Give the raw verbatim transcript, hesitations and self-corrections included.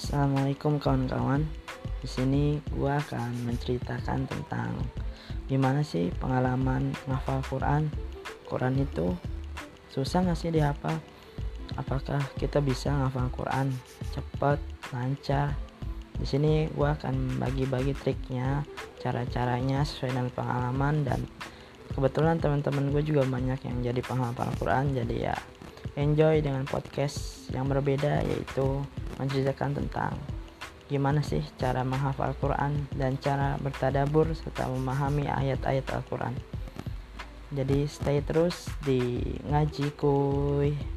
Assalamualaikum kawan-kawan. Di sini gua akan menceritakan tentang gimana sih pengalaman menghafal Quran. Quran itu susah nggak sih dihafal? Apakah kita bisa menghafal Quran cepat, lancar? Di sini gua akan bagi-bagi triknya, cara-caranya sesuai dengan pengalaman, dan kebetulan teman-teman gue juga banyak yang jadi penghafal Quran. Jadi ya enjoy dengan podcast yang berbeda, yaitu menceritakan tentang gimana sih cara menghafal Quran dan cara bertadabur serta memahami ayat-ayat Al-Quran. Jadi stay terus di ngaji kuy.